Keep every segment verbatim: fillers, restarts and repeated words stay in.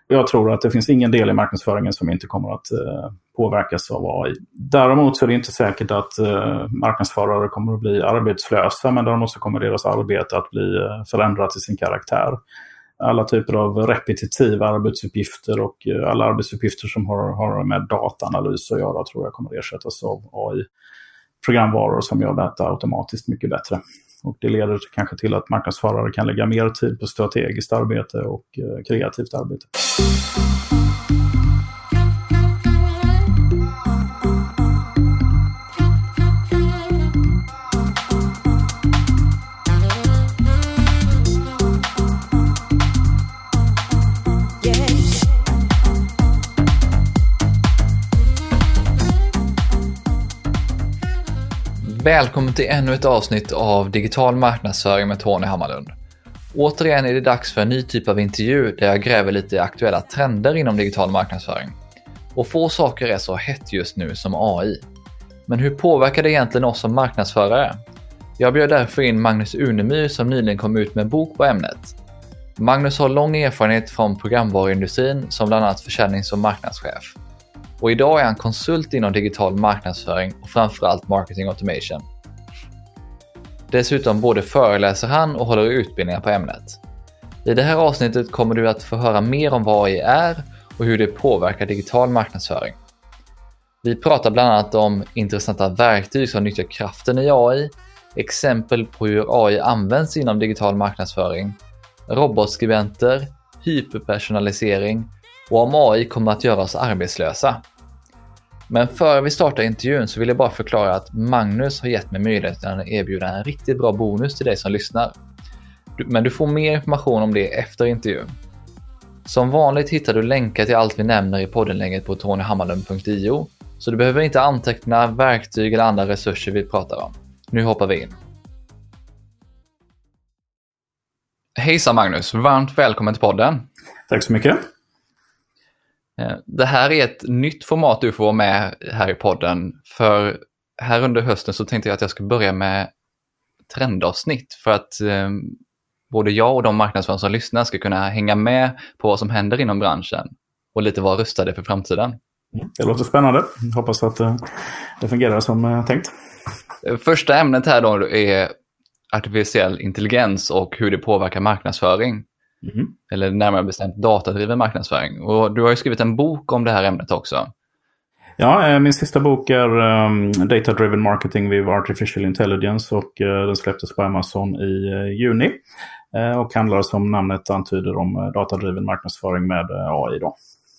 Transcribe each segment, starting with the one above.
Jag tror att det finns ingen del i marknadsföringen som inte kommer att eh, påverkas av A I. Däremot så är det inte säkert att eh, marknadsförare kommer att bli arbetslösa, men däremot så kommer deras arbete att bli eh, förändrat i sin karaktär. Alla typer av repetitiva arbetsuppgifter och eh, alla arbetsuppgifter som har, har med dataanalys att göra tror jag kommer att ersättas av A I-programvaror som gör detta automatiskt mycket bättre. Och det leder kanske till att marknadsförare kan lägga mer tid på strategiskt arbete och eh, kreativt arbete. Välkommen till ännu ett avsnitt av Digital marknadsföring med Tony Hammarlund. Återigen är det dags för en ny typ av intervju där jag gräver lite i aktuella trender inom digital marknadsföring. Och få saker är så hett just nu som A I. Men hur påverkar det egentligen oss som marknadsförare? Jag bjöd därför in Magnus Unemyr som nyligen kom ut med en bok på ämnet. Magnus har lång erfarenhet från programvaruindustrin som bland annat försäljnings- och marknadschef. Och idag är han konsult inom digital marknadsföring och framförallt marketing automation. Dessutom både föreläser han och håller utbildningar på ämnet. I det här avsnittet kommer du att få höra mer om vad A I är och hur det påverkar digital marknadsföring. Vi pratar bland annat om intressanta verktyg som nyttjar kraften i A I, exempel på hur A I används inom digital marknadsföring, robotskribenter, hyperpersonalisering och om A I kommer att göra oss arbetslösa. Men före vi startar intervjun så vill jag bara förklara att Magnus har gett mig möjligheten att erbjuda en riktigt bra bonus till dig som lyssnar. Men du får mer information om det efter intervjun. Som vanligt hittar du länkar till allt vi nämner i poddenläget på tony hammarlund punkt i o, så du behöver inte anteckna verktyg eller andra resurser vi pratar om. Nu hoppar vi in. Hejsa Magnus, varmt välkommen till podden. Tack så mycket. Det här är ett nytt format du får vara med här i podden. För här under hösten så tänkte jag att jag skulle börja med trendavsnitt. För att eh, både jag och de marknadsförare som lyssnar ska kunna hänga med på vad som händer inom branschen. Och lite vara rustade för framtiden. Det låter spännande. Jag hoppas att eh, det fungerar som eh, tänkt. Första ämnet här då är artificiell intelligens och hur det påverkar marknadsföring. Mm. Eller närmare bestämt datadriven marknadsföring. Och du har ju skrivit en bok om det här ämnet också. Ja, min sista bok är um, Data Driven Marketing with Artificial Intelligence och uh, den släpptes på Amazon i uh, juni. Uh, och handlar som namnet antyder om uh, datadriven marknadsföring med uh, A I då.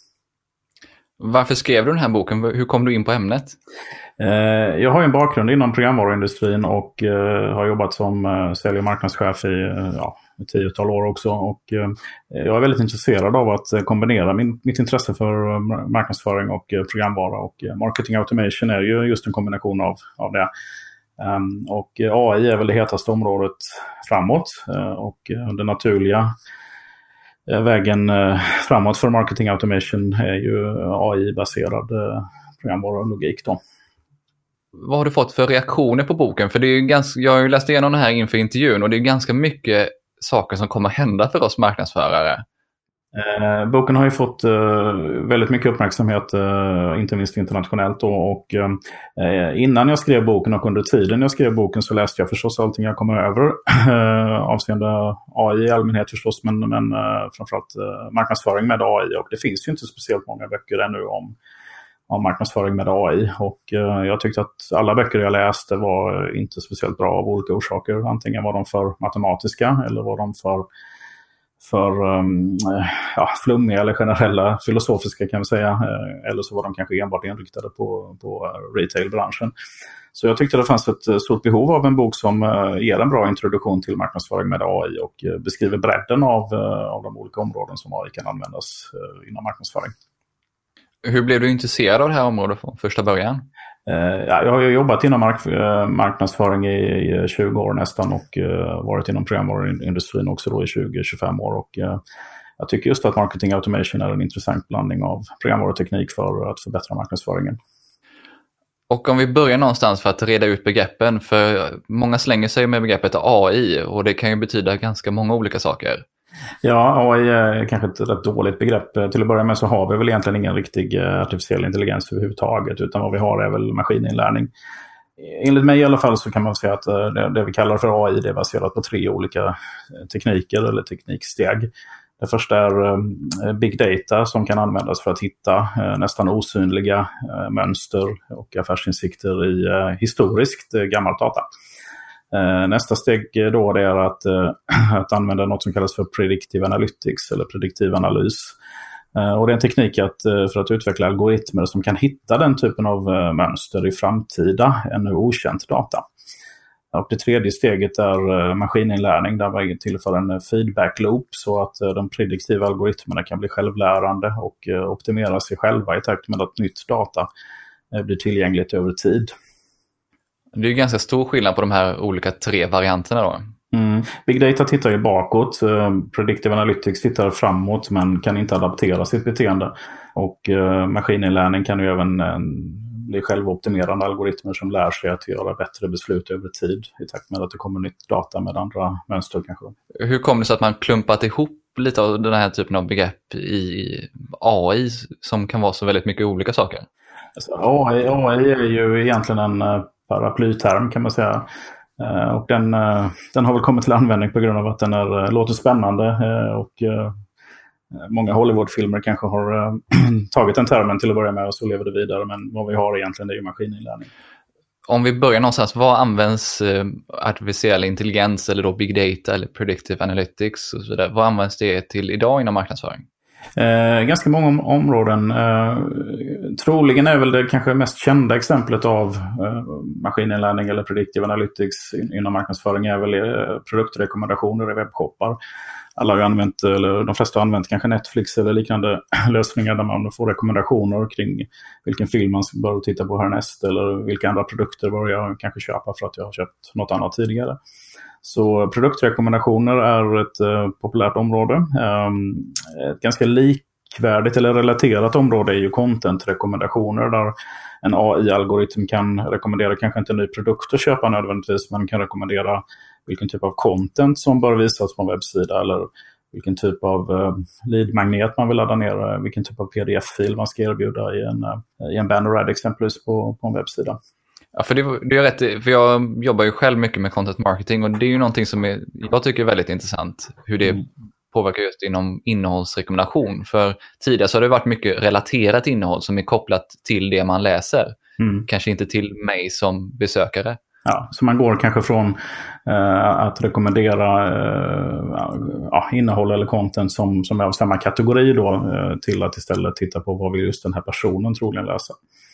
Varför skrev du den här boken? Hur kom du in på ämnet? Uh, jag har ju en bakgrund inom programvaruindustrin och uh, har jobbat som uh, sälj- och marknadschef i uh, ja, ett tiotal år också. Och uh, jag är väldigt intresserad av att uh, kombinera min, mitt intresse för uh, marknadsföring och uh, programvara. Och uh, marketing automation är ju just en kombination av, av det. Um, och uh, A I är väl det hetaste området framåt. Uh, och uh, den naturliga uh, vägen uh, framåt för marketing automation är ju A I-baserad uh, programvara och logik då. Vad har du fått för reaktioner på boken? För det är ju ganska, jag har ju läst igenom det här inför intervjun och det är ganska mycket saker som kommer hända för oss marknadsförare. Eh, boken har ju fått eh, väldigt mycket uppmärksamhet, eh, inte minst internationellt då, och eh, innan jag skrev boken och under tiden jag skrev boken så läste jag förstås allting jag kommer över eh, avseende A I i allmänhet förstås, men, men eh, framförallt eh, marknadsföring med A I, och det finns ju inte speciellt många böcker ännu om av marknadsföring med A I, och uh, jag tyckte att alla böcker jag läste var inte speciellt bra av olika orsaker. Antingen var de för matematiska eller var de för, för um, ja, flummiga eller generella filosofiska kan vi säga. Uh, eller så var de kanske enbart inriktade på, på retailbranschen. Så jag tyckte det fanns ett stort behov av en bok som uh, ger en bra introduktion till marknadsföring med A I och uh, beskriver bredden av, uh, av de olika områden som A I kan användas uh, inom marknadsföring. Hur blev du intresserad av det här området från första början? Uh, ja, jag har ju jobbat inom mark- uh, marknadsföring i, i tjugo år nästan och uh, varit inom programvaruindustrin också då i tjugo till tjugofem år. Och, uh, jag tycker just att marketing automation är en intressant blandning av programvaruteknik för att förbättra marknadsföringen. Och om vi börjar någonstans för att reda ut begreppen, för många slänger sig med begreppet A I och det kan ju betyda ganska många olika saker. Ja, A I är kanske ett rätt dåligt begrepp. Till att börja med så har vi väl egentligen ingen riktig artificiell intelligens överhuvudtaget, utan vad vi har är väl maskininlärning. Enligt mig i alla fall så kan man säga att det, det vi kallar för A I, det är baserat på tre olika tekniker eller tekniksteg. Det första är big data som kan användas för att hitta nästan osynliga mönster och affärsinsikter i historiskt gammalt data. Nästa steg då det är att, att använda något som kallas för predictive analytics eller prediktiv analys. Och det är en teknik att, för att utveckla algoritmer som kan hitta den typen av mönster i framtida ännu okänt data. Och det tredje steget är maskininlärning där vi tillför en feedback loop så att de prediktiva algoritmerna kan bli självlärande och optimera sig själva i takt med att nytt data blir tillgängligt över tid. Det är ju ganska stor skillnad på de här olika tre varianterna då. Mm. Big data tittar ju bakåt, predictive analytics tittar framåt men kan inte adaptera sitt beteende. Och uh, maskininlärning kan ju även uh, bli självoptimerande algoritmer som lär sig att göra bättre beslut över tid i takt med att det kommer nytt data med andra mönster kanske. Hur kommer det så att man klumpat ihop lite av den här typen av begrepp i A I som kan vara så väldigt mycket olika saker? Alltså, A I, A I är ju egentligen en uh, paraplyterm kan man säga. Uh, och den, uh, den har väl kommit till användning på grund av att den är, uh, låter spännande uh, och uh, många Hollywoodfilmer kanske har uh, tagit den termen till att börja med och så lever det vidare, men vad vi har egentligen är ju maskininlärning. Om vi börjar någonstans, vad används uh, artificiell intelligens eller då big data eller predictive analytics och så där, vad används det till idag inom marknadsföring? Eh, ganska många om- områden. Eh, troligen är väl det kanske mest kända exemplet av eh, maskininlärning eller predictive analytics in- inom marknadsföring är väl eh, produktrekommendationer i webbshoppar. Alla har ju använt, eller de flesta har använt kanske Netflix eller liknande lösningar där man får rekommendationer kring vilken film man bör titta på härnäst eller vilka andra produkter bör jag kanske köpa för att jag har köpt något annat tidigare. Så produktrekommendationer är ett uh, populärt område. Um, ett ganska likvärdigt eller relaterat område är ju content-rekommendationer där en A I-algoritm kan rekommendera kanske inte en ny produkt att köpa nödvändigtvis, men kan rekommendera vilken typ av content som bör visas på en webbsida eller vilken typ av uh, lead-magnet man vill ladda ner, vilken typ av P D F-fil man ska erbjuda i en, uh, i en banner ad exempelvis på, på en webbsida. Ja, för det, det är rätt, för jag jobbar ju själv mycket med content marketing och det är ju någonting som är, jag tycker är väldigt intressant hur det mm. påverkar just inom innehållsrekommendation. För tidigare så har det varit mycket relaterat innehåll som är kopplat till det man läser. Mm. Kanske inte till mig som besökare. Ja, så man går kanske från eh, att rekommendera eh, ja, innehåll eller content som, som är av samma kategori då, eh, till att istället titta på vad vill just den här personen troligen läsa.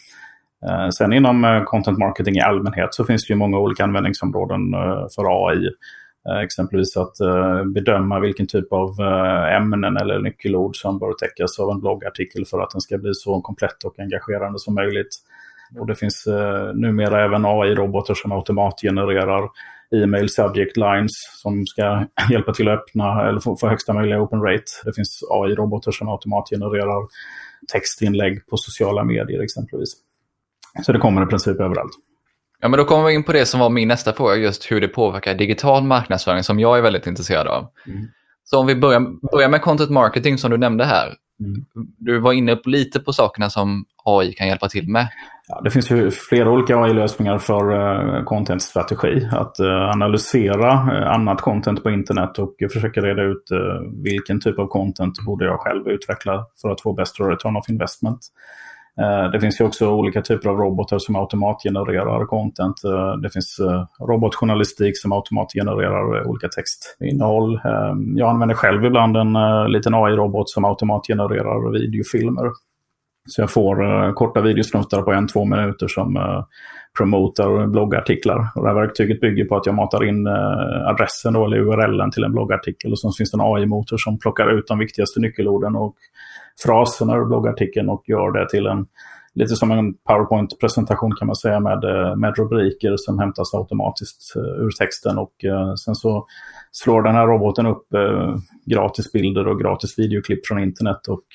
Sen inom content marketing i allmänhet så finns det ju många olika användningsområden för A I. Exempelvis att bedöma vilken typ av ämnen eller nyckelord som bör täckas av en bloggartikel för att den ska bli så komplett och engagerande som möjligt. Och det finns numera även A I-robotar som automatgenererar e-mail subject lines som ska hjälpa till att öppna eller få, få högsta möjliga open rate. Det finns A I-robotar som automatgenererar textinlägg på sociala medier exempelvis. Så det kommer i princip överallt. Ja, men då kommer vi in på det som var min nästa fråga, just hur det påverkar digital marknadsföring som jag är väldigt intresserad av. Mm. Så om vi börjar, börjar med content marketing som du nämnde här. Mm. Du var inne på lite på sakerna som A I kan hjälpa till med. Ja, det finns ju flera olika A I-lösningar för uh, content-strategi. Att uh, analysera uh, annat content på internet och uh, försöka reda ut uh, vilken typ av content borde jag själv utveckla för att få bäst return of investment. Det finns ju också olika typer av robotar som automatgenererar content. Det finns robotjournalistik som automatgenererar olika textinnehåll. Jag använder själv ibland en liten A I-robot som automatgenererar videofilmer. Så jag får korta videosnuttar på en, två minuter som promotar bloggartiklar. Och det här verktyget bygger på att jag matar in adressen då, eller U R L-en till en bloggartikel. Och så finns det en A I-motor som plockar ut de viktigaste nyckelorden och fraserna ur bloggartikeln och gör det till en, lite som en PowerPoint-presentation kan man säga, med, med rubriker som hämtas automatiskt ur texten. Och sen så slår den här roboten upp gratis bilder och gratis videoklipp från internet och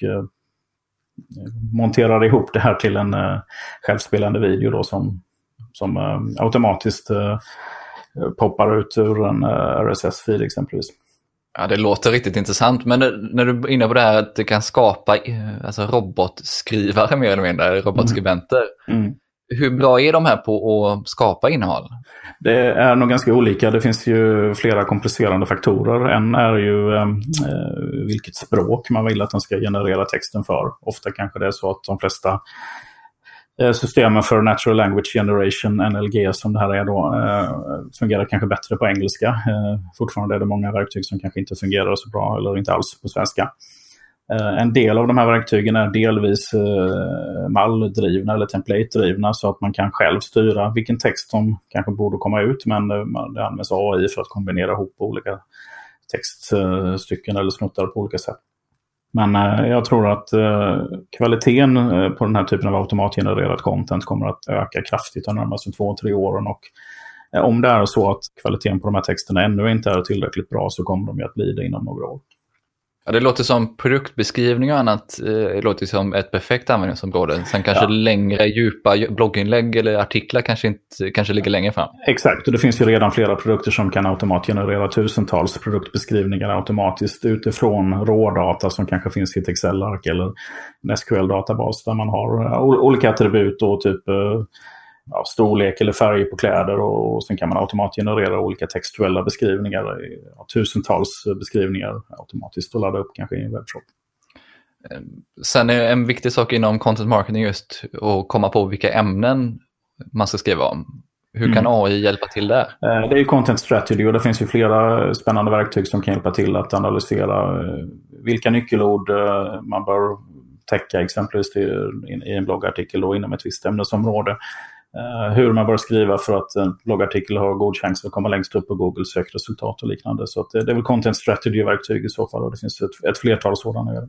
monterar ihop det här till en självspelande video då som, som automatiskt poppar ut ur en R S S-feed exempelvis. Ja, det låter riktigt intressant, men när du är inne på det här att du kan skapa alltså robotskrivare mer eller mindre, robotskribenter. Mm. Mm. Hur bra är de här på att skapa innehåll? Det är nog ganska olika. Det finns ju flera komplicerande faktorer. En är ju eh, vilket språk man vill att den ska generera texten för. Ofta kanske det är så att de flesta eh, systemen för Natural Language Generation, N L G som det här är då, eh, fungerar kanske bättre på engelska. Eh, fortfarande är det många verktyg som kanske inte fungerar så bra eller inte alls på svenska. En del av de här verktygen är delvis eh, malldrivna eller template-drivna så att man kan själv styra vilken text som kanske borde komma ut, men det används A I för att kombinera ihop olika textstycken eller snuttar på olika sätt. Men eh, jag tror att eh, kvaliteten på den här typen av automatgenererat content kommer att öka kraftigt de närmaste två, tre åren, och eh, om det är så att kvaliteten på de här texterna ännu inte är tillräckligt bra så kommer de ju att bli det inom några år. Ja, det låter som produktbeskrivning och annat. Det låter som ett perfekt användningsområde. Sen kanske ja. längre, djupa blogginlägg eller artiklar kanske, inte, kanske ligger längre fram. Exakt, och det finns ju redan flera produkter som kan automatgenerera tusentals produktbeskrivningar automatiskt utifrån rådata som kanske finns i ett Excel-ark eller en S Q L-databas där man har olika attribut och typ ja, storlek eller färg på kläder, och sen kan man automatgenerera olika textuella beskrivningar, ja, tusentals beskrivningar automatiskt och ladda upp kanske i en webbshop. Sen är en viktig sak inom content marketing just att komma på vilka ämnen man ska skriva om. Hur kan mm. A I hjälpa till där? Det är ju content strategy, och det finns ju flera spännande verktyg som kan hjälpa till att analysera vilka nyckelord man bör täcka exempelvis i en bloggartikel och inom ett visst ämnesområde. Uh, hur man bör skriva för att en bloggartikel har god chans att komma längst upp på Googles sökresultat och liknande. Så att det, det är väl content strategy-verktyg i så fall, och det finns ett, ett flertal sådana.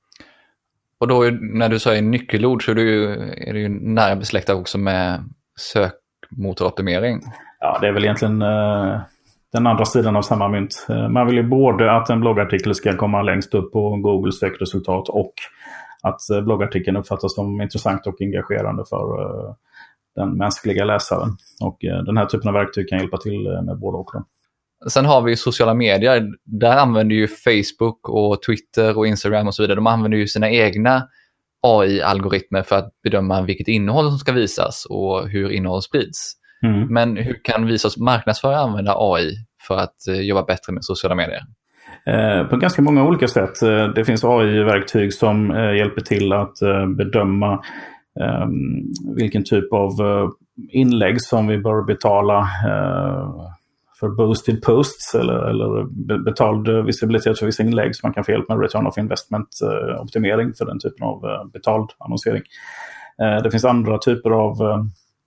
Och då när du säger nyckelord så är det ju, är det ju nära besläktat också med sökmotoroptimering. Ja, det är väl egentligen uh, den andra sidan av samma mynt. Uh, man vill ju både att en bloggartikel ska komma längst upp på Googles sökresultat och att uh, bloggartikeln uppfattas som intressant och engagerande för uh, den mänskliga läsaren. Och eh, den här typen av verktyg kan hjälpa till eh, med både och dem. Sen har vi sociala medier. Där använder ju Facebook och Twitter och Instagram och så vidare. De använder ju sina egna A I-algoritmer för att bedöma vilket innehåll som ska visas och hur innehåll sprids. Mm. Men hur kan vi som marknadsförare använda A I för att eh, jobba bättre med sociala medier? Eh, på ganska många olika sätt. Det finns A I-verktyg som eh, hjälper till att eh, bedöma Um, vilken typ av uh, inlägg som vi bör betala uh, för boosted posts eller, eller betald visibilitet för vissa inlägg, så man kan få hjälp med return of investment uh, optimering för den typen av uh, betald annonsering. Uh, det finns andra typer av uh,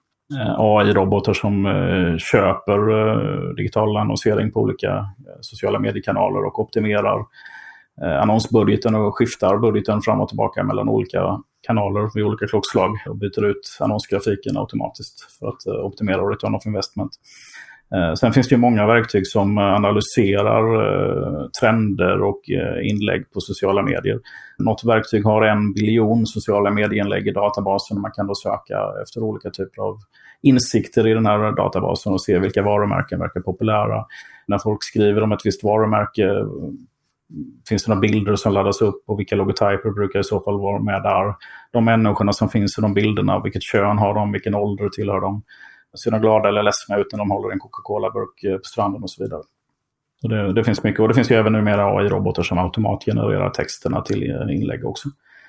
A I-robotar som uh, köper uh, digital annonsering på olika uh, sociala mediekanaler och optimerar uh, annonsbudgeten och skiftar budgeten fram och tillbaka mellan olika kanaler vid olika klockslag och byter ut annonsgrafiken automatiskt för att uh, optimera return of investment. Uh, sen finns det ju många verktyg som uh, analyserar uh, trender och uh, inlägg på sociala medier. Något verktyg har en biljon sociala medieinlägg i databasen. Man kan då söka efter olika typer av insikter i den här databasen och se vilka varumärken verkar populära. När folk skriver om ett visst varumärke, finns det några bilder som laddas upp och vilka logotyper brukar i så fall vara med där. De människorna som finns i de bilderna, vilket kön har de, vilken ålder tillhör de. Ser de glada eller ledsna ut när de håller en Coca-Cola-burk på stranden och så vidare. Så det, det finns mycket, och det finns ju även numera A I-robotar som automatgenererar texterna till inlägg också.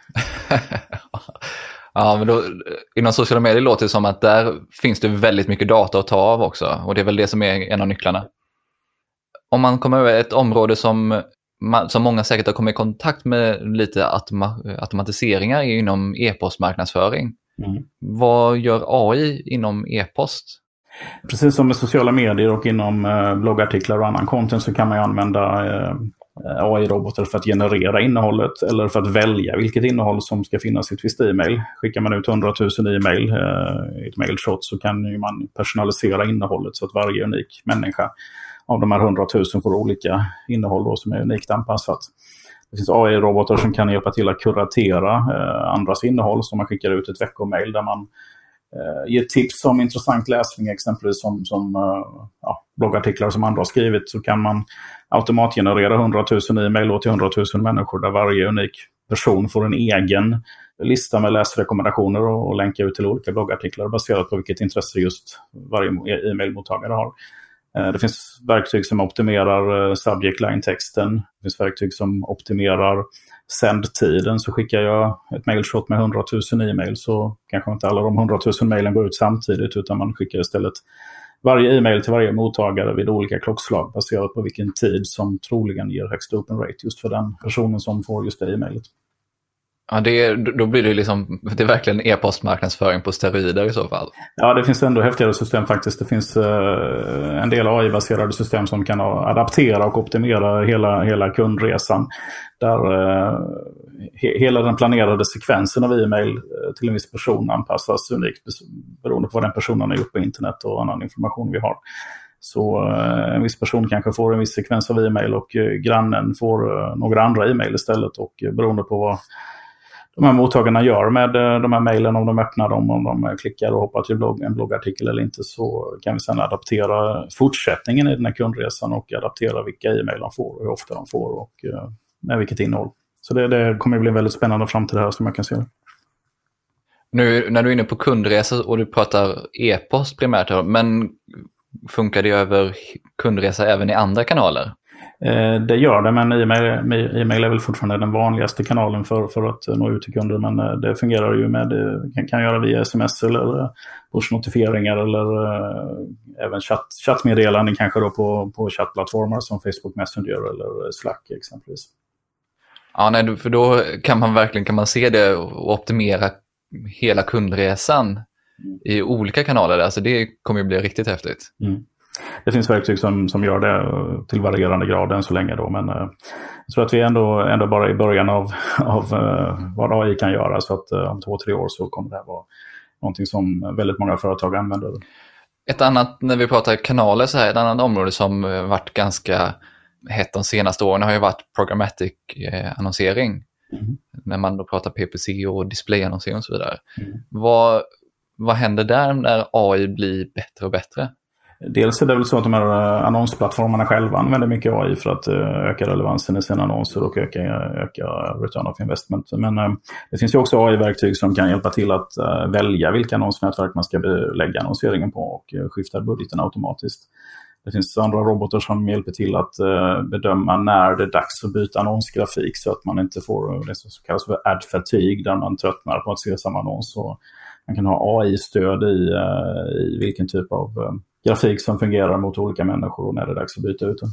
Ja, men då, inom sociala medier låter det som att där finns det väldigt mycket data att ta av också, och det är väl det som är en av nycklarna. Om man kommer över ett område som som många säkert har kommit i kontakt med lite automa- automatiseringar inom e-postmarknadsföring. Mm. Vad gör A I inom e-post? Precis som med sociala medier och inom eh, bloggartiklar och annan content så kan man ju använda eh, A I-robotar för att generera innehållet eller för att välja vilket innehåll som ska finnas i ett visst e-mail. Skickar man ut hundratusen e-mail eh, i ett mailshot så kan ju man personalisera innehållet så att varje unik människa av de här hundratusen får olika innehåll då som är unikt anpassat. Det finns A I-robotar som kan hjälpa till att kuratera eh, andras innehåll, som man skickar ut ett veckomail där man eh, ger tips om intressant läsning, exempelvis som, som eh, ja, bloggartiklar som andra har skrivit, så kan man automatgenerera hundratusen e-mail till hundratusen människor där varje unik person får en egen lista med läsrekommendationer och, och länkar ut till olika bloggartiklar baserat på vilket intresse just varje e-mailmottagare har. Det finns verktyg som optimerar subject line-texten. Det finns verktyg som optimerar sändtiden. Så skickar jag ett mailshot med hundratusen e-mail, så kanske inte alla de hundratusen mailen går ut samtidigt, utan man skickar istället varje e-mail till varje mottagare vid olika klockslag baserat på vilken tid som troligen ger högst open rate just för den personen som får just det e-mailet. Ja, det, då blir det liksom, det är verkligen e-postmarknadsföring på steroider i så fall. Ja, det finns ändå häftigare system faktiskt. Det finns eh, en del A I-baserade system som kan adaptera och optimera hela, hela kundresan. Där eh, he, hela den planerade sekvensen av e-mail eh, till en viss person anpassas unikt beroende på vad den personen har gjort på internet och annan information vi har. Så eh, en viss person kanske får en viss sekvens av e-mail och eh, grannen får eh, några andra e-mail istället, och eh, beroende på vad de här mottagarna gör med de här mejlen, om de öppnar dem, om de klickar och hoppar till blogg, en bloggartikel eller inte, så kan vi sedan adaptera fortsättningen i den här kundresan och adaptera vilka e-mail de får och hur ofta de får och med vilket innehåll. Så det, det kommer att bli väldigt spännande fram till det här som jag kan se. Nu när du är inne på kundresa och du pratar e-post primärt, men funkar det över kundresa även i andra kanaler? Eh, det gör det, men e-mail, e-mail är väl fortfarande den vanligaste kanalen för, för att nå ut till kunder. Men eh, det fungerar ju med, det kan, kan göra via sms eller push-notifieringar eller eh, även chatt, chattmeddelanden kanske då på, på chattplattformar som Facebook Messenger eller Slack exempelvis. Ja, nej, för då kan man verkligen kan man se det och optimera hela kundresan mm. i olika kanaler. Alltså det kommer ju bli riktigt häftigt. Mm. Det finns verktyg som, som gör det till varierande grad än så länge då, men eh, jag tror att vi är ändå, ändå bara i början av, av eh, vad A I kan göra, så att eh, om två, tre år så kommer det här vara någonting som väldigt många företag använder. Ett annat, när vi pratar kanaler så här, ett annat område som varit ganska hett de senaste åren har ju varit programmatic eh, annonsering. Mm. När man då pratar P P C och displayannonsering och så vidare. Mm. Vad, vad händer där när A I blir bättre och bättre? Dels är det väl så att de här annonsplattformarna själva använder mycket A I för att öka relevansen i sina annonser och öka, öka return of investment. Men äh, det finns ju också A I-verktyg som kan hjälpa till att äh, välja vilka annonsnätverk man ska lägga annonseringen på och äh, skifta budgeten automatiskt. Det finns andra robotar som hjälper till att äh, bedöma när det är dags att byta annonsgrafik, så att man inte får det som kallas för ad fatigue, där man tröttnar på att se samma annons. Och man kan ha A I-stöd i, äh, i vilken typ av äh, grafik som fungerar mot olika människor och när det är dags att byta ut den.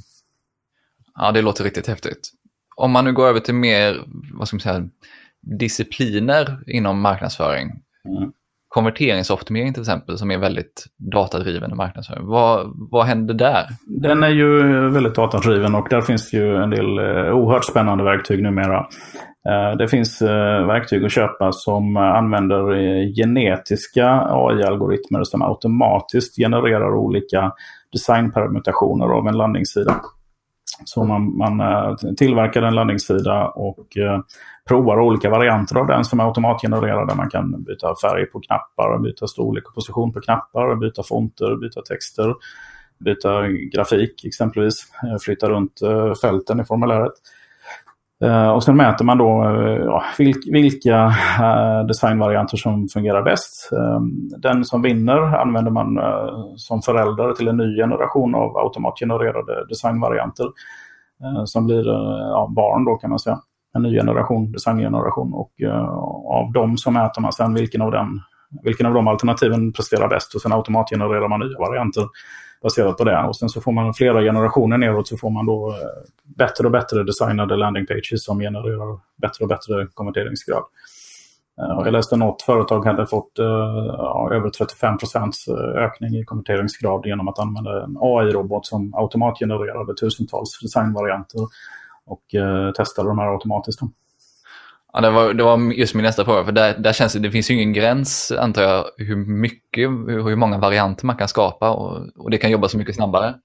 Ja, det låter riktigt häftigt. Om man nu går över till mer, vad ska man säga, discipliner inom marknadsföring. Mm. Konverteringsoptimering till exempel, som är väldigt datadriven marknadsföring. Vad, vad händer där? Den är ju väldigt datadriven och där finns ju en del oerhört spännande verktyg numera. Det finns verktyg att köpa som använder genetiska A I-algoritmer som automatiskt genererar olika designpermutationer av en landningssida. Så man, man tillverkar en landningssida och provar olika varianter av den som är automatgenererade. Man kan byta färg på knappar, byta storlek och position på knappar, byta fonter, byta texter, byta grafik exempelvis, flytta runt fälten i formuläret. Och sen mäter man då ja, vilka designvarianter som fungerar bäst. Den som vinner använder man som förälder till en ny generation av automatgenererade designvarianter som blir ja, barn då, kan man säga. En ny generation, designgeneration, och av dem så mäter man sen vilken av, den, vilken av de alternativen presterar bäst, och sen automatgenererar man nya varianter baserat på det. Och sen så får man flera generationer neråt, så får man då bättre och bättre designade landing pages som genererar bättre och bättre konverteringsgrad. Jag läste något företag hade fått ja, över trettiofem procent ökning i konverteringsgrad genom att använda en A I-robot som automatgenererade tusentals designvarianter och eh, testade de här automatiskt. Ja, det var, det var just min nästa fråga, för där, där känns det, det finns ju ingen gräns, antar jag, hur mycket, hur, hur många varianter man kan skapa, och, och det kan jobba så mycket snabbare.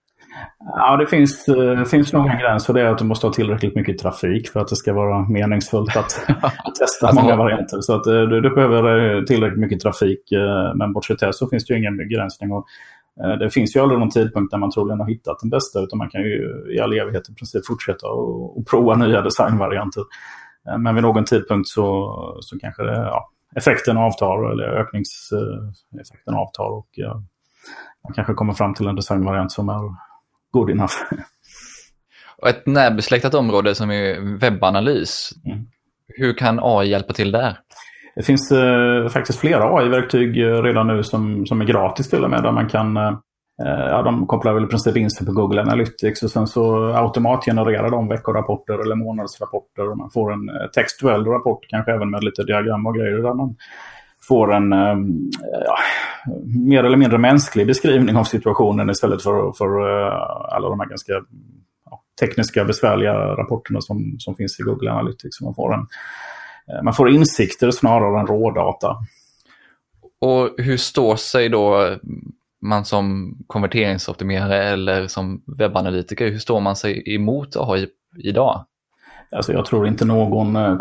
Ja, det finns, det finns nog en gräns, och det är att du måste ha tillräckligt mycket trafik för att det ska vara meningsfullt att testa alltså, många varianter. Så att du, du behöver tillräckligt mycket trafik, men bortsett det så finns det ju ingen begränsning. Och Det finns ju aldrig någon tidpunkt där man troligen har hittat den bästa, utan man kan ju i all evighet i princip fortsätta och, och prova nya designvarianter. Men vid någon tidpunkt så, så kanske det, ja, effekten avtar eller ökningseffekten avtar och ja, man kanske kommer fram till en designvariant som är good enough. Och ett närbesläktat område som är webbanalys. Mm. Hur kan A I hjälpa till där? Det finns eh, faktiskt flera A I-verktyg redan nu som, som är gratis till och med. Där man kan, eh, ja, de kopplar väl i princip in sig på Google Analytics och sen så automatgenererar de veckorapporter eller månadsrapporter. Och man får en eh, textuell rapport, kanske även med lite diagram och grejer där man får en eh, ja, mer eller mindre mänsklig beskrivning av situationen istället för, för eh, alla de här ganska ja, tekniska besvärliga rapporterna som, som finns i Google Analytics. Man får en Man får insikter snarare än rådata. Och hur står sig då man som konverteringsoptimerare eller som webbanalytiker, hur står man sig emot A I idag? Alltså jag tror inte någon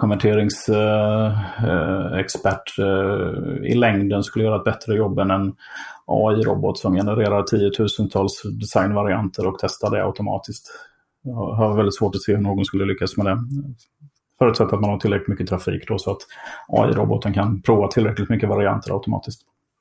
konverteringsexpert i längden skulle göra ett bättre jobb än en A I-robot som genererar tiotusentals designvarianter och testar det automatiskt. Jag har väldigt svårt att se hur någon skulle lyckas med det. Förutsatt att man har tillräckligt mycket trafik då, så att A I-roboten kan prova tillräckligt mycket varianter automatiskt.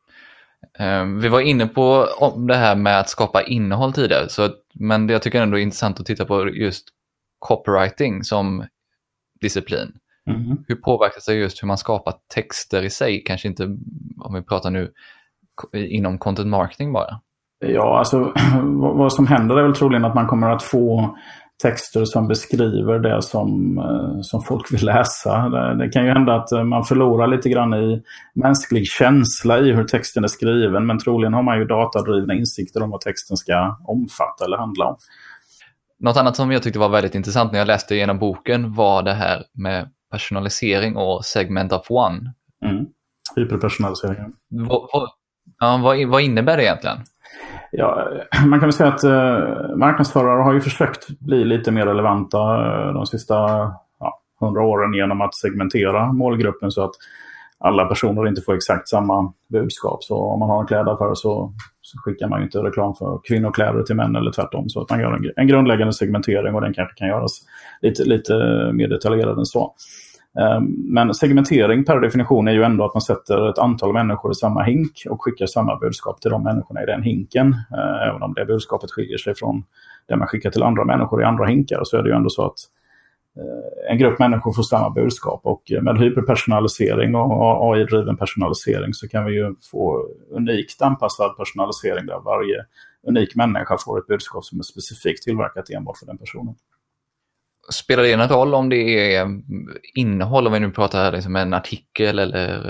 Vi var inne på det här med att skapa innehåll tidigare, så, men det jag tycker ändå är intressant att titta på just copywriting som disciplin. Mm. Hur påverkas det just hur man skapar texter i sig? Kanske inte om vi pratar nu inom content marketing bara. Ja, alltså vad som händer är väl troligen att man kommer att få texter som beskriver det som, som folk vill läsa. Det, det kan ju hända att man förlorar lite grann i mänsklig känsla i hur texten är skriven, men troligen har man ju datadrivna insikter om vad texten ska omfatta eller handla om. Något annat som jag tyckte var väldigt intressant när jag läste igenom boken var det här med personalisering och segment of one. Mm. Hyperpersonalisering. Vad, vad, ja, vad, vad innebär det egentligen? Ja, man kan väl säga att eh, marknadsförare har ju försökt bli lite mer relevanta eh, de sista ja, hundra åren genom att segmentera målgruppen så att alla personer inte får exakt samma budskap. Så om man har en klädaffär så, så skickar man ju inte reklam för kvinnokläder till män eller tvärtom. Så att man gör en, en grundläggande segmentering och den kanske kan göras lite, lite mer detaljerad än så. Men segmentering per definition är ju ändå att man sätter ett antal människor i samma hink och skickar samma budskap till de människorna i den hinken. Även om det budskapet skiljer sig från det man skickar till andra människor i andra hinkar, så är det ju ändå så att en grupp människor får samma budskap. Och med hyperpersonalisering och A I-driven personalisering så kan vi ju få unikt anpassad personalisering där varje unik människa får ett budskap som är specifikt tillverkat enbart för den personen. Spelar det en roll om det är innehåll, om vi nu pratar här liksom en artikel eller,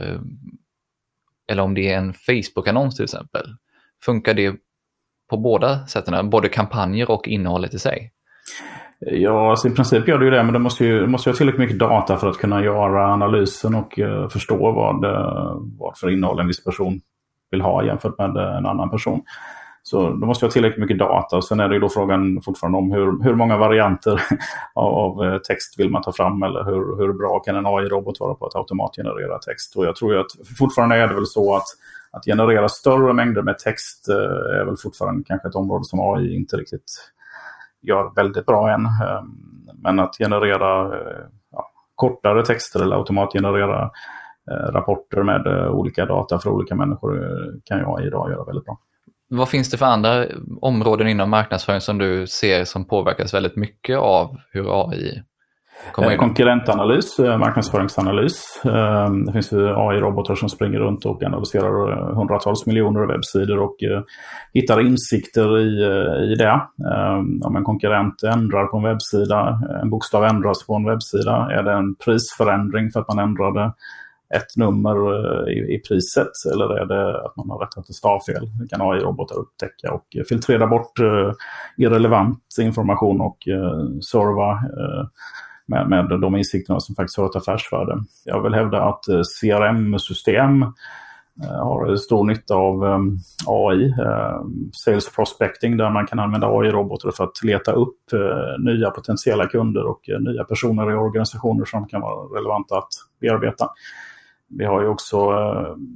eller om det är en Facebook-annons till exempel? Funkar det på båda sätten, både kampanjer och innehållet i sig? Ja, alltså i princip gör det ju det, men det måste ju, måste ju ha tillräckligt mycket data för att kunna göra analysen och uh, förstå vad, uh, vad för innehåll en viss person vill ha jämfört med en annan person. Så då måste jag ha tillräckligt mycket data, och sen är det ju då frågan fortfarande om hur, hur många varianter av, av text vill man ta fram, eller hur, hur bra kan en A I-robot vara på att automatgenerera text. Och jag tror ju att fortfarande är det väl så att, att generera större mängder med text eh, är väl fortfarande kanske ett område som A I inte riktigt gör väldigt bra än. Eh, men att generera eh, ja, kortare texter eller automatgenerera eh, rapporter med eh, olika data för olika människor eh, kan ju A I idag göra väldigt bra. Vad finns det för andra områden inom marknadsföring som du ser som påverkas väldigt mycket av hur A I kommer in? Konkurrentanalys, marknadsföringsanalys. Det finns ju A I-robotar som springer runt och analyserar hundratals miljoner webbsidor och hittar insikter i, i det. Om en konkurrent ändrar på en webbsida, en bokstav ändras på en webbsida, är det en prisförändring för att man ändrade ett nummer i, i priset, eller är det att man har rättat ett stavfel? Det kan A I-robotar upptäcka och filtrera bort uh, irrelevant information och uh, serva uh, med, med de insikterna som faktiskt har ett affärsvärde. Jag vill hävda att uh, C R M-system uh, har stor nytta av um, A I. Uh, sales prospecting, där man kan använda A I-robotar för att leta upp uh, nya potentiella kunder och uh, nya personer i organisationer som kan vara relevanta att bearbeta. Vi har ju också eh,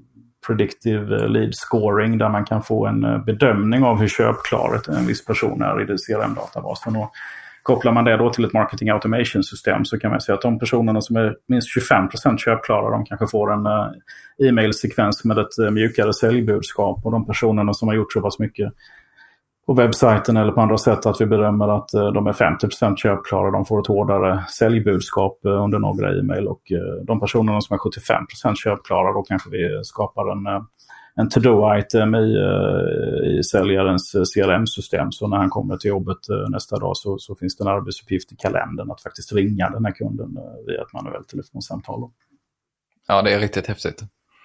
predictive lead scoring där man kan få en bedömning av hur köpklaret en viss person är i C R M-databasen. Och kopplar man det då till ett marketing automation-system så kan man säga att de personerna som är minst tjugofem procent köpklara, de kanske får en uh, e-mailsekvens med ett uh, mjukare säljbudskap, och de personerna som har gjort så pass mycket på webbsajten eller på andra sätt att vi bedömer att uh, de är femtio procent köpklara, de får ett hårdare säljbudskap uh, under några e-mail, och uh, de personerna som är sjuttiofem procent köpklara, då kanske vi skapar en uh, en to-do-item i, i säljarens C R M-system. Så när han kommer till jobbet nästa dag så, så finns det en arbetsuppgift i kalendern att faktiskt ringa den här kunden via ett manuellt telefonsamtal. Ja, det är riktigt häftigt.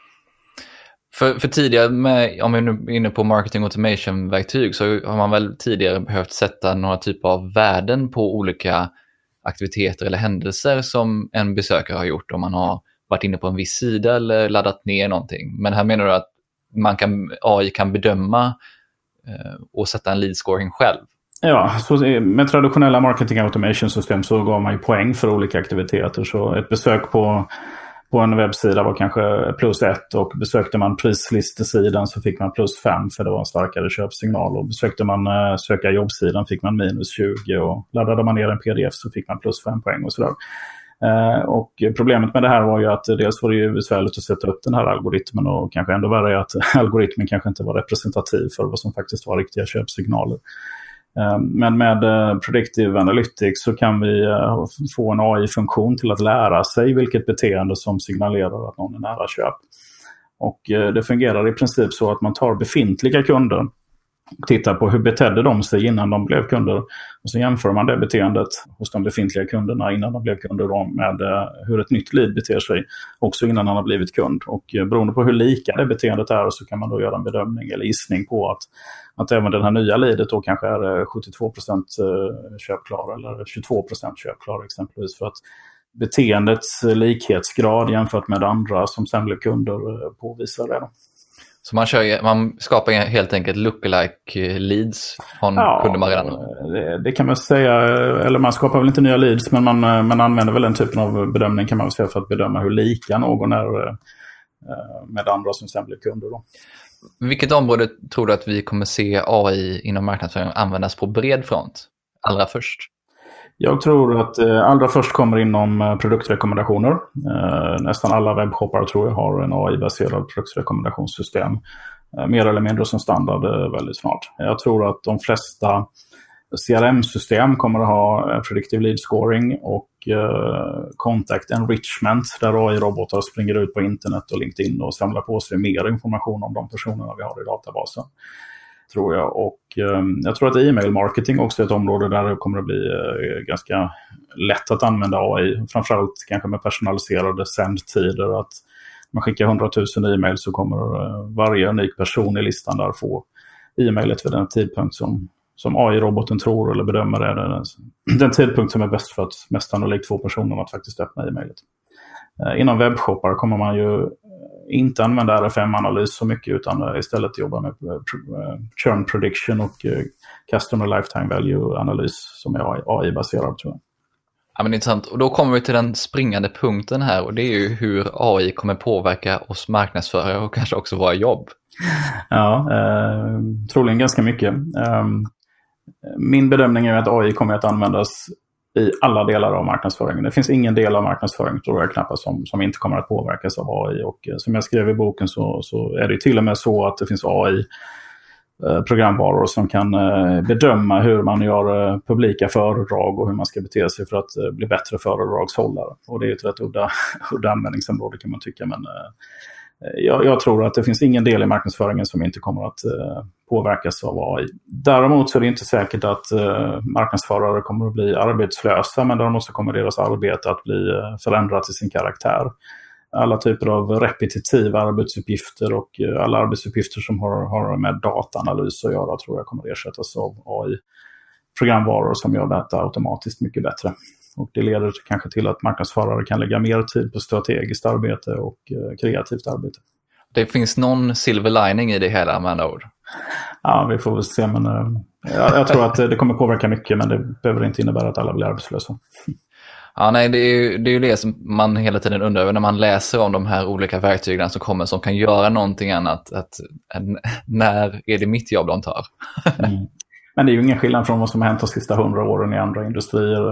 För, för tidigare, med, om vi nu är inne på marketing automation-verktyg, så har man väl tidigare behövt sätta några typer av värden på olika aktiviteter eller händelser som en besökare har gjort om man har varit inne på en viss sida eller laddat ner någonting. Men här menar du att man kan, A I kan bedöma eh, och sätta en lead scoring själv? Ja, så med traditionella marketing automation system så gav man ju poäng för olika aktiviteter. Så ett besök på, på en webbsida var kanske plus ett, och besökte man prislistesidan så fick man plus fem för det var en starkare köpsignal. Och besökte man eh, söka jobbsidan fick man minus tjugo, och laddade man ner en P D F så fick man plus fem poäng och sådär. Uh, och problemet med det här var ju att dels var det ju besvärligt att sätta upp den här algoritmen, och kanske ändå värre är att algoritmen kanske inte var representativ för vad som faktiskt var riktiga köpsignaler. Uh, men med uh, Predictive Analytics så kan vi uh, få en A I-funktion till att lära sig vilket beteende som signalerar att någon är nära köp. Och uh, det fungerar i princip så att man tar befintliga kunder och tittar på hur betedde de sig innan de blev kunder. Och så jämför man det beteendet hos de befintliga kunderna innan de blev kunder med hur ett nytt lead beter sig också innan han har blivit kund. Och beroende på hur lika det beteendet är så kan man då göra en bedömning eller gissning på att, att även den här nya leadet då kanske är sjuttiotvå procent köpklar eller tjugotvå procent köpklar exempelvis, för att beteendets likhetsgrad jämfört med andra som sen blev kunder påvisar det. Så man, kör, man skapar helt enkelt lookalike leads från ja, kunder man redan det, det kan man säga, eller man skapar väl inte nya leads, men man, man använder väl den typen av bedömning kan man väl säga för att bedöma hur lika någon är med andra som sen blir kunder då. Vilket område tror du att vi kommer se A I inom marknadsföring användas på bred front allra först? Jag tror att eh, allra först kommer inom eh, produktrekommendationer. Eh, nästan alla webbshoppar tror jag har en A I-baserad produktrekommendationssystem. Eh, mer eller mindre som standard eh, väldigt snart. Jag tror att de flesta C R M-system kommer att ha eh, predictive lead scoring och eh, contact enrichment, där A I-robotar springer ut på internet och LinkedIn och samlar på sig mer information om de personerna vi har i databasen. Tror jag. Och eh, jag tror att e-mail marketing också är ett område där det kommer att bli eh, ganska lätt att använda A I. Framförallt kanske med personaliserade sändtider. Att man skickar hundratusen e-mail så kommer eh, varje unik person i listan där få e-mailet vid den tidpunkt som, som A I-roboten tror eller bedömer är den, den tidpunkt som är bäst för att mest sannolikt få personen att faktiskt öppna e-mailet. Eh, inom webbshoppar kommer man ju inte använda R F M-analys så mycket utan istället jobba med churn prediction och customer lifetime value-analys som är A I-baserad, tror jag. Ja, men intressant. Och då kommer vi till den springande punkten här, och det är ju hur A I kommer påverka oss marknadsförare och kanske också våra jobb. Ja, eh, troligen ganska mycket. Eh, min bedömning är att A I kommer att användas i alla delar av marknadsföringen. Det finns ingen del av marknadsföringen, tror jag knappast, som, som inte kommer att påverkas av A I. Och eh, som jag skrev i boken så, så är det till och med så att det finns A I-programvaror eh, som kan eh, bedöma hur man gör eh, publika föredrag och hur man ska bete sig för att eh, bli bättre föredragshållare. Och det är ett rätt udda, udda användningsområde kan man tycka, men eh, jag, jag tror att det finns ingen del i marknadsföringen som inte kommer att eh, påverkas av A I. Däremot så är det inte säkert att eh, marknadsförare kommer att bli arbetslösa, men däremot så kommer deras arbete att bli eh, förändrat i sin karaktär. Alla typer av repetitiva arbetsuppgifter och eh, alla arbetsuppgifter som har, har med dataanalys att göra tror jag kommer att ersättas av A I-programvaror som gör detta automatiskt mycket bättre. Och det leder kanske till att marknadsförare kan lägga mer tid på strategiskt arbete och eh, kreativt arbete. Det finns någon silver lining i det hela, med andra ord. Ja, vi får väl se, men uh, jag, jag tror att det kommer påverka mycket, men det behöver inte innebära att alla blir arbetslösa. Ja, nej, det är ju det, är ju det som man hela tiden undrar över när man läser om de här olika verktygen som kommer som kan göra någonting annat. Att, att, när är det mitt jobb de tar? Mm. Men det är ju ingen skillnad från vad som har hänt de sista hundra åren i andra industrier.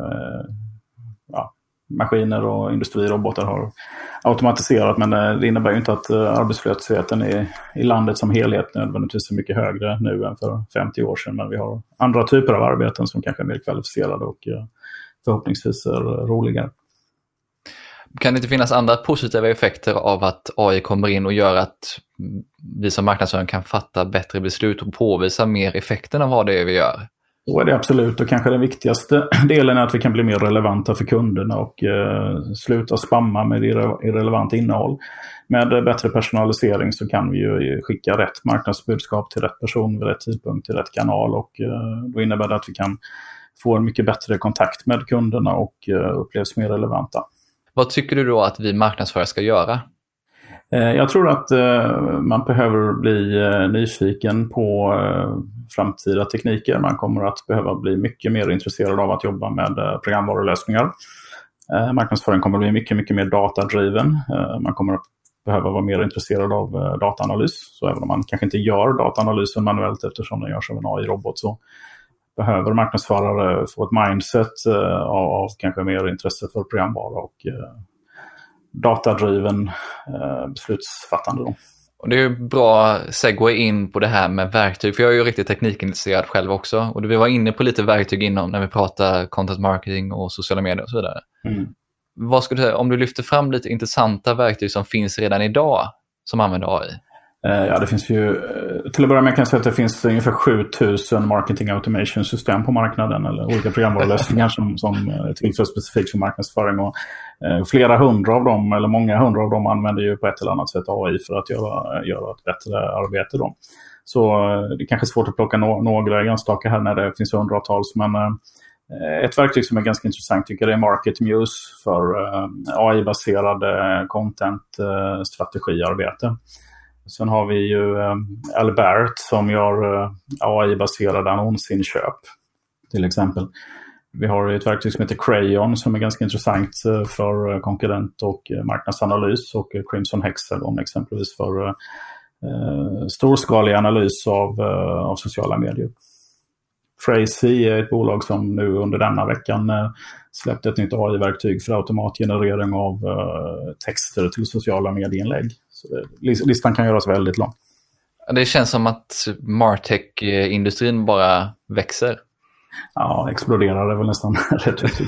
Ja, maskiner och industrirobotar har automatiserat, men det innebär ju inte att arbetslösheten i, i landet som helhet nödvändigtvis är mycket högre nu än för femtio år sedan. Men vi har andra typer av arbeten som kanske är mer kvalificerade och förhoppningsvis är roligare. Kan det inte finnas andra positiva effekter av att A I kommer in och gör att vi som marknadsförare kan fatta bättre beslut och påvisa mer effekten av vad det är vi gör? Så är det absolut, och kanske den viktigaste delen är att vi kan bli mer relevanta för kunderna och eh, sluta spamma med irre- irrelevant innehåll. Med bättre personalisering så kan vi ju skicka rätt marknadsbudskap till rätt person vid rätt tidpunkt till rätt kanal, och eh, då innebär det att vi kan få en mycket bättre kontakt med kunderna och eh, upplevs mer relevanta. Vad tycker du då att vi marknadsförare ska göra? Jag tror att man behöver bli nyfiken på framtida tekniker. Man kommer att behöva bli mycket mer intresserad av att jobba med programvarulösningar. Marknadsföring kommer att bli mycket, mycket mer datadriven. Man kommer att behöva vara mer intresserad av dataanalys. Så även om man kanske inte gör dataanalysen manuellt eftersom den görs av en A I-robot, så behöver marknadsförare få ett mindset av, av kanske mer intresse för programvara och datadriven eh, beslutsfattande. Då. Och det är ju bra segue in på det här med verktyg, för jag är ju riktigt teknikintresserad själv också. Och vi var inne på lite verktyg innan när vi pratar content marketing och sociala medier och så vidare. Mm. Vad skulle du säga, om du lyfter fram lite intressanta verktyg som finns redan idag som använder A I? Ja, det finns ju, till att börja med kan jag säga att det finns ungefär sju tusen marketing automation system på marknaden, eller olika programvarulösningar som, som är till för specifikt för marknadsföring, och eh, flera hundra av dem, eller många hundra av dem använder ju på ett eller annat sätt A I för att göra, göra ett bättre arbete då. Så eh, det är kanske svårt att plocka no- några enstaka här när det finns hundratals, men eh, ett verktyg som är ganska intressant tycker jag är MarketMuse för eh, A I-baserade content-strategiarbete. Sen har vi ju eh, Albert som gör eh, A I-baserade annonsinköp till exempel. Vi har ett verktyg som heter Crayon som är ganska intressant eh, för konkurrent- och eh, marknadsanalys, och eh, Crimson Hexagon exempelvis för eh, storskalig analys av, eh, av sociala medier. Tracy är ett bolag som nu under denna veckan eh, släppte ett nytt A I-verktyg för automatgenerering av eh, texter till sociala medieinlägg. Så det, listan kan göras väldigt lång. Det känns som att Martech-industrin bara växer. Ja, exploderar det väl nästan rätt ut.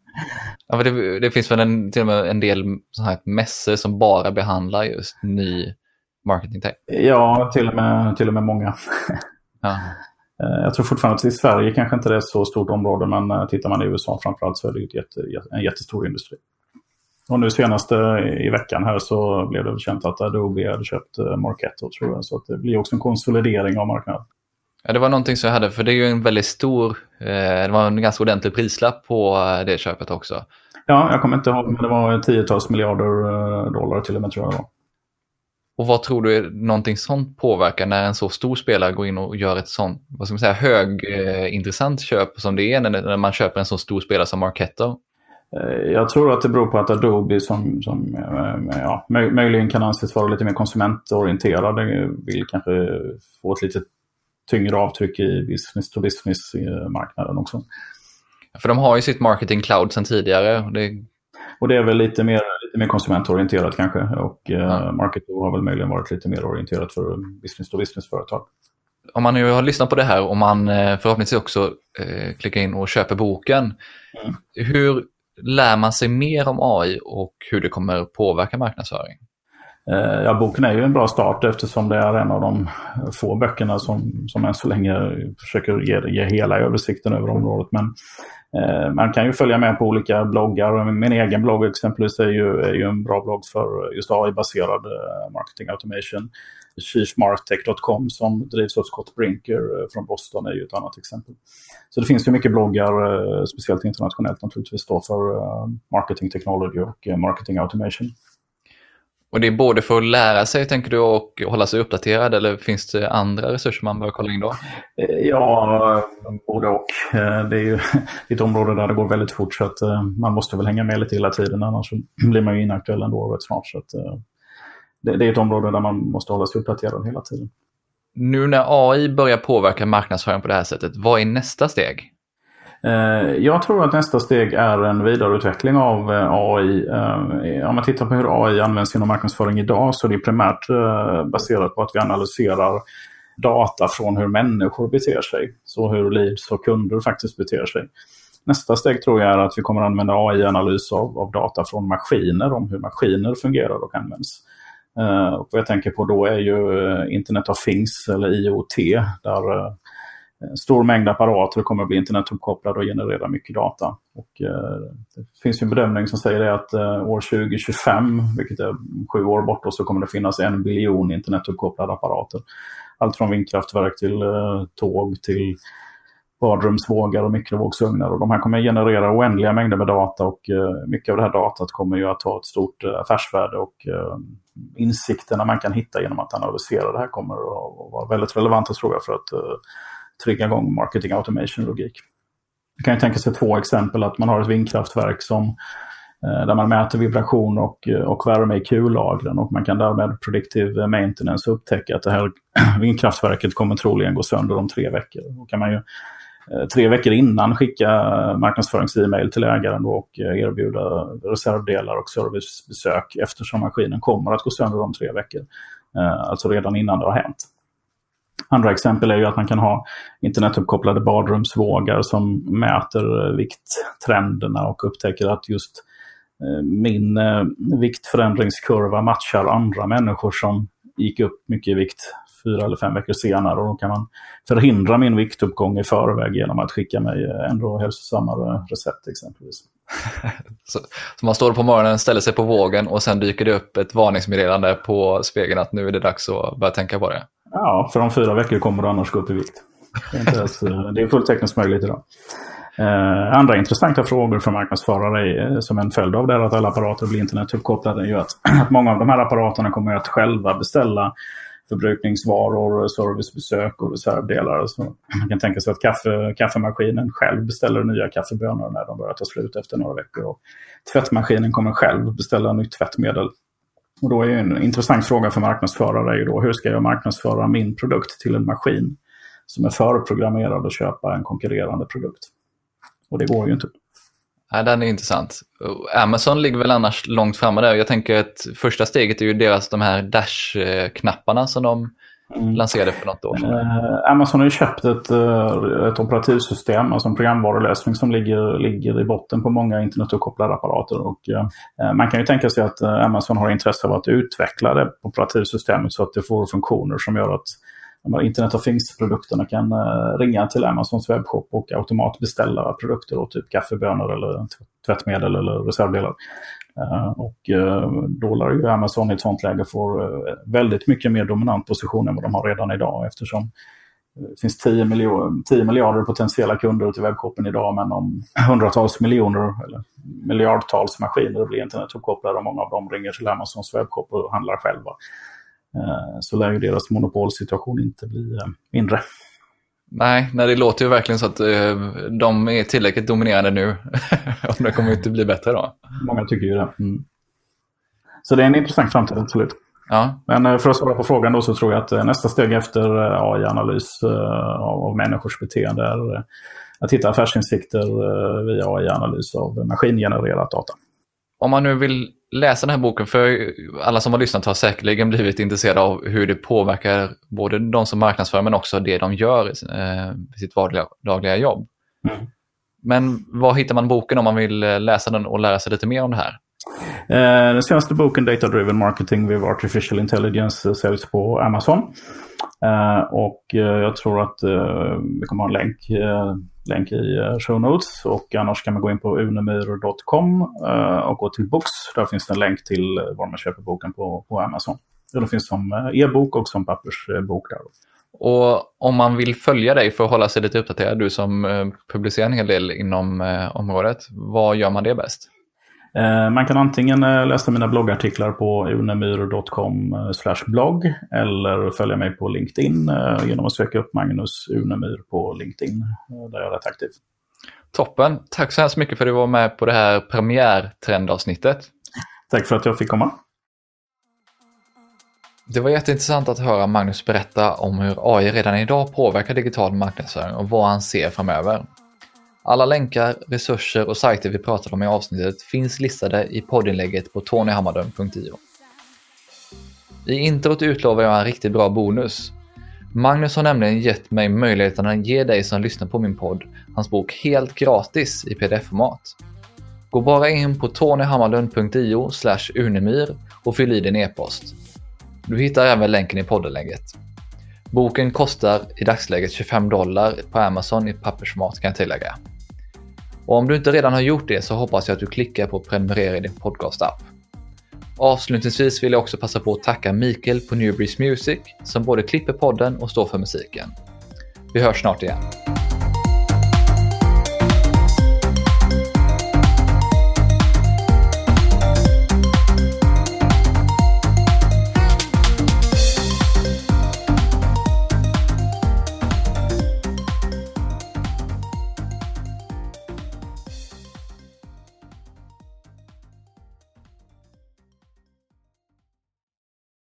Ja, för det, det finns väl en, till och med en del sån här mässor som bara behandlar just ny marketing-tech. Ja, till och med, till och med många. Ja. Jag tror fortfarande att i Sverige kanske inte det är ett så stort område, men tittar man i U S A framförallt så är det ett jätte, en jättestor industri. Och nu senaste i veckan här så blev det känt att Adobe hade köpt Marketo, tror jag. Så att det blir också en konsolidering av marknaden. Ja, det var någonting som jag hade, för det är ju en väldigt stor, eh, det var en ganska ordentlig prislapp på det köpet också. Ja, jag kommer inte ihåg, men det var tiotals miljarder dollar till och med, tror jag det var. Och vad tror du är någonting sånt påverkar när en så stor spelare går in och gör ett sånt, vad ska man säga, högintressant eh, köp som det är när, när man köper en så stor spelare som Marketo? Jag tror att det beror på att Adobe som, som ja, möjligen kan anses vara lite mer konsumentorienterade vill kanske få ett lite tyngre avtryck i business-to-business-marknaden också. För de har ju sitt marketing cloud sedan tidigare. Och det, och det är väl lite mer, lite mer konsumentorienterat kanske. Och ja. Marketo har väl möjligen varit lite mer orienterat för business-to-business-företag. Om man nu har lyssnat på det här och man förhoppningsvis också eh, klickar in och köper boken. Mm. Hur lär man sig mer om A I och hur det kommer påverka marknadsföring? Ja, boken är ju en bra start eftersom det är en av de få böckerna som, som än så länge försöker ge, ge hela översikten över området. Men eh, man kan ju följa med på olika bloggar. Min egen blogg exempelvis är ju, är ju en bra blogg för just A I-baserad eh, marketing automation. chief martech dot com som drivs av Scott Brinker från Boston är ju ett annat exempel. Så det finns ju mycket bloggar, speciellt internationellt naturligtvis, då för marketing technology och marketing automation. Och det är både för att lära sig, tänker du, och hålla sig uppdaterad, eller finns det andra resurser man bör kolla in då? Ja, både och. Det är ju ett område där det går väldigt fort, så att man måste väl hänga med lite hela tiden, annars blir man ju inaktuell ändå rätt snart. Så att det är ett område där man måste hålla sig uppdaterad hela tiden. Nu när A I börjar påverka marknadsföring på det här sättet, vad är nästa steg? Jag tror att nästa steg är en vidareutveckling av A I. Om man tittar på hur A I används inom marknadsföring idag, så är det primärt baserat på att vi analyserar data från hur människor beter sig. Så hur leads och kunder faktiskt beter sig. Nästa steg tror jag är att vi kommer att använda A I-analys av, av data från maskiner, om hur maskiner fungerar och används. Och vad jag tänker på då är ju Internet of Things, eller I O T, där en stor mängd apparater kommer att bli internetuppkopplade och generera mycket data. Och, eh, det finns ju en bedömning som säger det att eh, år tjugo tjugofem, vilket är sju år bort, så kommer det finnas en biljon internetuppkopplade apparater. Allt från vindkraftverk till eh, tåg till badrumsvågar och mikrovågsugnar. Och de här kommer att generera oändliga mängder med data, och eh, mycket av det här datat kommer ju att ha ett stort eh, affärsvärde, och eh, insikterna man kan hitta genom att analysera det här kommer att vara väldigt relevanta, tror jag, för att eh, trigga igång marketing automation-logik. Man kan ju tänka sig två exempel, att man har ett vindkraftverk som, eh, där man mäter vibration och, och värme i kullagren, och man kan därmed predictive maintenance upptäcka att det här vindkraftverket kommer troligen gå sönder om tre veckor. Då kan man ju eh, tre veckor innan skicka marknadsförings-e-mail till ägaren och erbjuda reservdelar och servicebesök, eftersom maskinen kommer att gå sönder om tre veckor. Eh, alltså redan innan det har hänt. Andra exempel är ju att man kan ha internetuppkopplade badrumsvågar som mäter vikttrenderna och upptäcker att just min viktförändringskurva matchar andra människor som gick upp mycket i vikt fyra eller fem veckor senare, och då kan man förhindra min viktuppgång i förväg genom att skicka mig ändå hälsosammare recept exempelvis. så, så man står på morgonen, ställer sig på vågen, och sen dyker det upp ett varningsmeddelande på spegeln att nu är det dags att börja tänka på det. Ja, för om fyra veckor kommer du annars gå upp i vikt. Det är, inte ens, det är fullt tekniskt möjligt idag. Eh, andra intressanta frågor för marknadsförare är, som en följd av det att alla apparater blir internetuppkopplade, är ju att, att många av de här apparaterna kommer att själva beställa förbrukningsvaror, servicebesök och reservdelar. Så man kan tänka sig att kaffe, kaffemaskinen själv beställer nya kaffebönor när de börjar ta slut efter några veckor. Och tvättmaskinen kommer själv beställa nytt tvättmedel. Och då är en intressant fråga för marknadsförare är ju då, hur ska jag marknadsföra min produkt till en maskin som är förprogrammerad att köpa en konkurrerande produkt? Och det går ju inte. Ja, den är intressant. Amazon ligger väl annars långt framme där. Jag tänker att första steget är ju deras de här Dash-knapparna som de mm. lanserade för något år sedan. Eh, Amazon har ju köpt ett, ett operativsystem, alltså en programvarulösning som ligger, ligger i botten på många internetuppkopplade apparater. Och, eh, man kan ju tänka sig att Amazon har intresse av att utveckla det operativsystemet så att det får funktioner som gör att de här Internet of Things-produkterna kan uh, ringa till Amazons webbshop och automatbeställa produkter, och typ kaffebönor eller tvättmedel eller reservdelar. Uh, och uh, då lär ju Amazon i ett sånt läge få uh, väldigt mycket mer dominant position än vad de har redan idag, eftersom det finns tio miljarder potentiella kunder till webbshoppen idag, men om hundratals miljoner eller miljardtals maskiner blir internetuppkopplade och många av dem ringer till Amazons webbshop och handlar själva, så lär ju deras monopolsituation inte bli mindre. Nej, nej, det låter ju verkligen så att uh, de är tillräckligt dominerande nu. Och det kommer inte bli bättre då. Många tycker ju det. Mm. Så det är en intressant framtid, absolut. Ja. Men för att svara på frågan då, så tror jag att nästa steg efter A I-analys av, av människors beteende är att hitta affärsinsikter via A I-analys av maskingenererat data. Om man nu vill läsa den här boken, för alla som har lyssnat har säkerligen blivit intresserade av hur det påverkar både de som marknadsför men också det de gör i sitt vardagliga, dagliga jobb. Mm. Men var hittar man boken om man vill läsa den och lära sig lite mer om det här? Eh, den senaste boken, Data Driven Marketing with Artificial Intelligence, säljs på Amazon. Eh, och eh, jag tror att eh, vi kommer ha en länk, eh, länk i eh, show notes, och annars kan man gå in på unemyr dot com eh, och gå till books. Där finns det en länk till eh, var man köper boken på, på Amazon. Det finns som eh, e-bok och som pappersbok där. Och om man vill följa dig för att hålla sig lite uppdaterad, du som eh, publicerar en hel del inom eh, området, vad gör man det bäst? Eh, man kan antingen eh, läsa mina bloggartiklar på unemyr dot com slash blogg eller följa mig på LinkedIn eh, genom att söka upp Magnus Unemyr på LinkedIn, eh, där jag är rätt aktiv. Toppen. Tack så hemskt mycket för att du var med på det här premiärtrendavsnittet. Tack för att jag fick komma. Det var jätteintressant att höra Magnus berätta om hur A I redan idag påverkar digital marknadsföring och vad han ser framöver. Alla länkar, resurser och sajter vi pratade om i avsnittet finns listade i poddinlägget på tony hammarlund punkt io. I introt utlovar jag en riktigt bra bonus. Magnus har nämligen gett mig möjligheten att ge dig som lyssnar på min podd hans bok helt gratis i pdf-format. Gå bara in på tony hammarlund punkt io slash unemyr och fyll i din e-post. Du hittar även länken i poddenlägget. Boken kostar i dagsläget tjugofem dollar på Amazon i pappersformat, kan jag tillägga. Och om du inte redan har gjort det så hoppas jag att du klickar på prenumerera i din podcast-app. Avslutningsvis vill jag också passa på att tacka Mikael på Newbreeze Music som både klipper podden och står för musiken. Vi hörs snart igen.